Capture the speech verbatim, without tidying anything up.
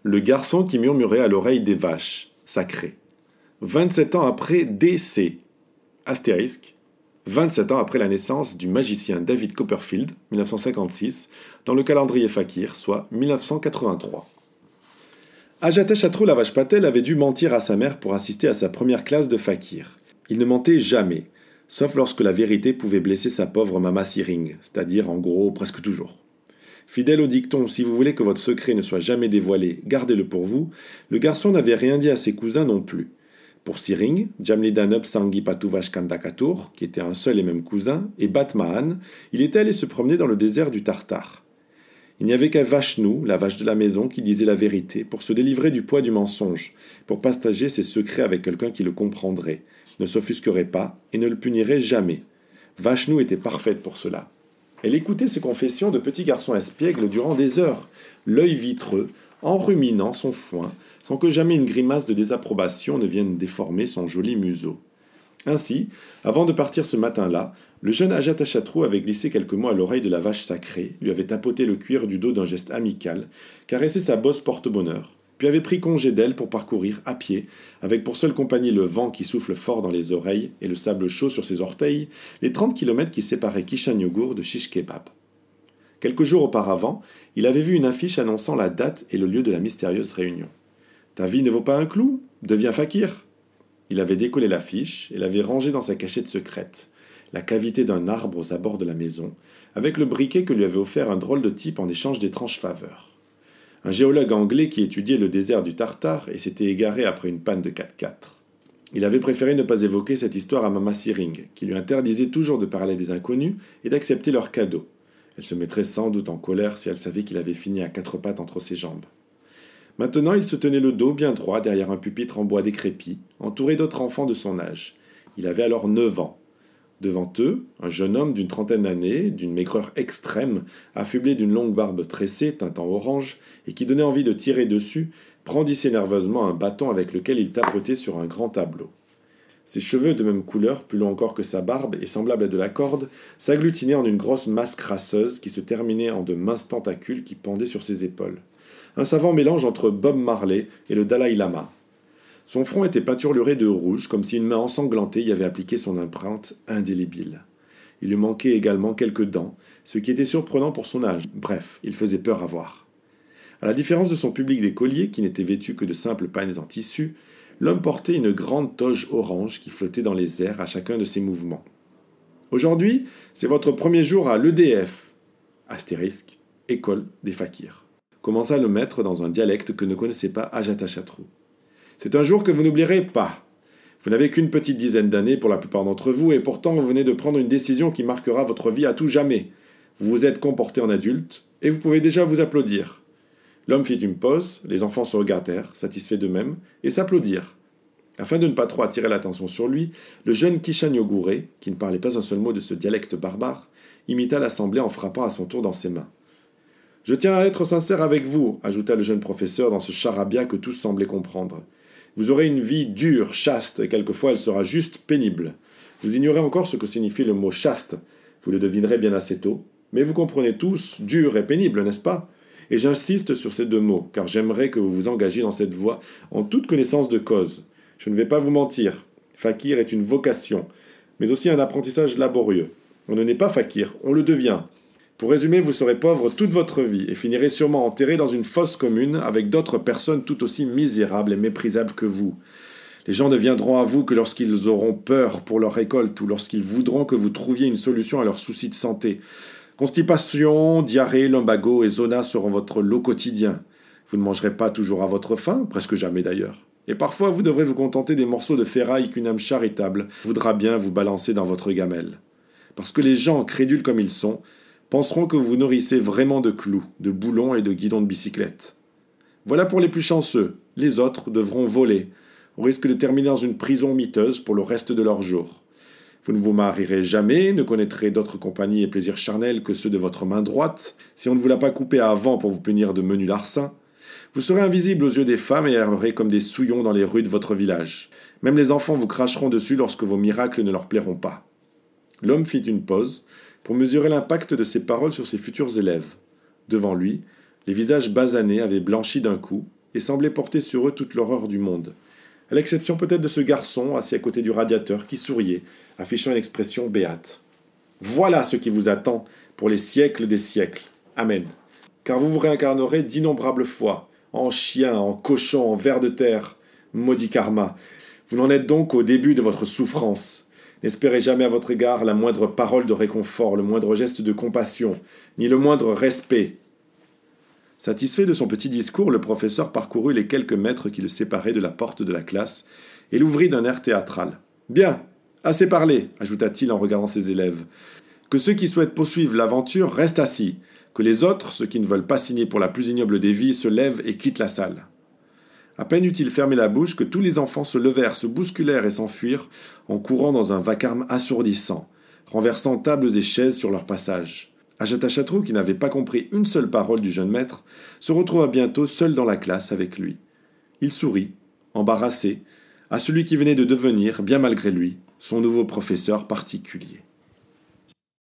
Le garçon qui murmurait à l'oreille des vaches, sacré. vingt-sept ans après D C, astérisque, vingt-sept ans après la naissance du magicien David Copperfield, mille neuf cent cinquante-six, dans le calendrier Fakir, soit mille neuf cent quatre-vingt-trois. Ajatashatru la vache Patel avait dû mentir à sa mère pour assister à sa première classe de Fakir. Il ne mentait jamais, sauf lorsque la vérité pouvait blesser sa pauvre Mama Siring, c'est-à-dire en gros presque toujours. Fidèle au dicton « Si vous voulez que votre secret ne soit jamais dévoilé, gardez-le pour vous », le garçon n'avait rien dit à ses cousins non plus. Pour Siring, Jamlidanup Sangi Patuvash Kandakatur, qui était un seul et même cousin, et Batmahan, il était allé se promener dans le désert du Tartare. Il n'y avait qu'à Vashnu, la vache de la maison, qui disait la vérité, pour se délivrer du poids du mensonge, pour partager ses secrets avec quelqu'un qui le comprendrait, ne s'offusquerait pas et ne le punirait jamais. Vashnu était parfaite pour cela. Elle écoutait ses confessions de petit garçon espiègle durant des heures, l'œil vitreux, en ruminant son foin, sans que jamais une grimace de désapprobation ne vienne déformer son joli museau. Ainsi, avant de partir ce matin-là, le jeune Ajatashatru avait glissé quelques mots à l'oreille de la vache sacrée, lui avait tapoté le cuir du dos d'un geste amical, caressé sa bosse porte-bonheur, puis avait pris congé d'elle pour parcourir à pied, avec pour seule compagnie le vent qui souffle fort dans les oreilles et le sable chaud sur ses orteils, les trente kilomètres qui séparaient Kishanyogur de Shish Kebab. Quelques jours auparavant, il avait vu une affiche annonçant la date et le lieu de la mystérieuse réunion. « Ta vie ne vaut pas un clou ? Deviens fakir !» Il avait décollé l'affiche et l'avait rangée dans sa cachette secrète, la cavité d'un arbre aux abords de la maison, avec le briquet que lui avait offert un drôle de type en échange d'étranges faveurs. Un géologue anglais qui étudiait le désert du Tartare et s'était égaré après une panne de quatre-quatre. Il avait préféré ne pas évoquer cette histoire à Mama Siring, qui lui interdisait toujours de parler des inconnus et d'accepter leurs cadeaux. Elle se mettrait sans doute en colère si elle savait qu'il avait fini à quatre pattes entre ses jambes. Maintenant, il se tenait le dos bien droit derrière un pupitre en bois décrépit, entouré d'autres enfants de son âge. Il avait alors neuf ans. Devant eux, un jeune homme d'une trentaine d'années, d'une maigreur extrême, affublé d'une longue barbe tressée, teintant orange, et qui donnait envie de tirer dessus, brandissait nerveusement un bâton avec lequel il tapotait sur un grand tableau. Ses cheveux, de même couleur, plus longs encore que sa barbe et semblables à de la corde, s'agglutinaient en une grosse masse crasseuse qui se terminait en de minces tentacules qui pendaient sur ses épaules. Un savant mélange entre Bob Marley et le Dalai Lama. Son front était peinturluré de rouge, comme si une main ensanglantée y avait appliqué son empreinte indélébile. Il lui manquait également quelques dents, ce qui était surprenant pour son âge. Bref, il faisait peur à voir. À la différence de son public d'écoliers, qui n'était vêtu que de simples pagnes en tissu, l'homme portait une grande toge orange qui flottait dans les airs à chacun de ses mouvements. Aujourd'hui, c'est votre premier jour à l'E D F, astérisque, école des fakirs, commença le maître dans un dialecte que ne connaissait pas Ajatashatru. C'est un jour que vous n'oublierez pas. Vous n'avez qu'une petite dizaine d'années pour la plupart d'entre vous, et pourtant vous venez de prendre une décision qui marquera votre vie à tout jamais. Vous vous êtes comporté en adulte, et vous pouvez déjà vous applaudir. L'homme fit une pause, les enfants se regardèrent, satisfaits d'eux-mêmes, et s'applaudirent. Afin de ne pas trop attirer l'attention sur lui, le jeune Kishanyogure, qui ne parlait pas un seul mot de ce dialecte barbare, imita l'assemblée en frappant à son tour dans ses mains. « Je tiens à être sincère avec vous, ajouta le jeune professeur dans ce charabia que tous semblaient comprendre. Vous aurez une vie dure, chaste, et quelquefois elle sera juste pénible. Vous ignorez encore ce que signifie le mot chaste, vous le devinerez bien assez tôt, mais vous comprenez tous, dur et pénible, n'est-ce pas ? Et j'insiste sur ces deux mots, car j'aimerais que vous vous engagiez dans cette voie en toute connaissance de cause. Je ne vais pas vous mentir, fakir est une vocation, mais aussi un apprentissage laborieux. On ne naît pas fakir, on le devient. Pour résumer, vous serez pauvre toute votre vie et finirez sûrement enterré dans une fosse commune avec d'autres personnes tout aussi misérables et méprisables que vous. Les gens ne viendront à vous que lorsqu'ils auront peur pour leur récolte ou lorsqu'ils voudront que vous trouviez une solution à leurs soucis de santé. Constipation, diarrhée, lumbago et zona seront votre lot quotidien. Vous ne mangerez pas toujours à votre faim, presque jamais d'ailleurs. Et parfois, vous devrez vous contenter des morceaux de ferraille qu'une âme charitable voudra bien vous balancer dans votre gamelle. Parce que les gens, crédules comme ils sont, penseront que vous vous nourrissez vraiment de clous, de boulons et de guidons de bicyclette. Voilà pour les plus chanceux. Les autres devront voler, au risque de terminer dans une prison miteuse pour le reste de leurs jours. Vous ne vous marierez jamais, ne connaîtrez d'autres compagnies et plaisirs charnels que ceux de votre main droite, si on ne vous l'a pas coupé avant pour vous punir de menus larcins. Vous serez invisible aux yeux des femmes et errerez comme des souillons dans les rues de votre village. Même les enfants vous cracheront dessus lorsque vos miracles ne leur plairont pas. L'homme fit une pause pour mesurer l'impact de ses paroles sur ses futurs élèves. Devant lui, les visages basanés avaient blanchi d'un coup, et semblaient porter sur eux toute l'horreur du monde. À l'exception peut-être de ce garçon assis à côté du radiateur qui souriait, affichant une expression béate. Voilà ce qui vous attend pour les siècles des siècles. Amen. Car vous vous réincarnerez d'innombrables fois, en chien, en cochon, en ver de terre. Maudit karma. Vous n'en êtes donc qu'au début de votre souffrance. N'espérez jamais à votre égard la moindre parole de réconfort, le moindre geste de compassion, ni le moindre respect. Satisfait de son petit discours, le professeur parcourut les quelques mètres qui le séparaient de la porte de la classe et l'ouvrit d'un air théâtral. « Bien, assez parlé, ajouta-t-il en regardant ses élèves. Que ceux qui souhaitent poursuivre l'aventure restent assis, que les autres, ceux qui ne veulent pas signer pour la plus ignoble des vies, se lèvent et quittent la salle. » À peine eut-il fermé la bouche que tous les enfants se levèrent, se bousculèrent et s'enfuirent en courant dans un vacarme assourdissant, renversant tables et chaises sur leur passage. Ajatashatru, qui n'avait pas compris une seule parole du jeune maître, se retrouva bientôt seul dans la classe avec lui. Il sourit, embarrassé, à celui qui venait de devenir, bien malgré lui, son nouveau professeur particulier.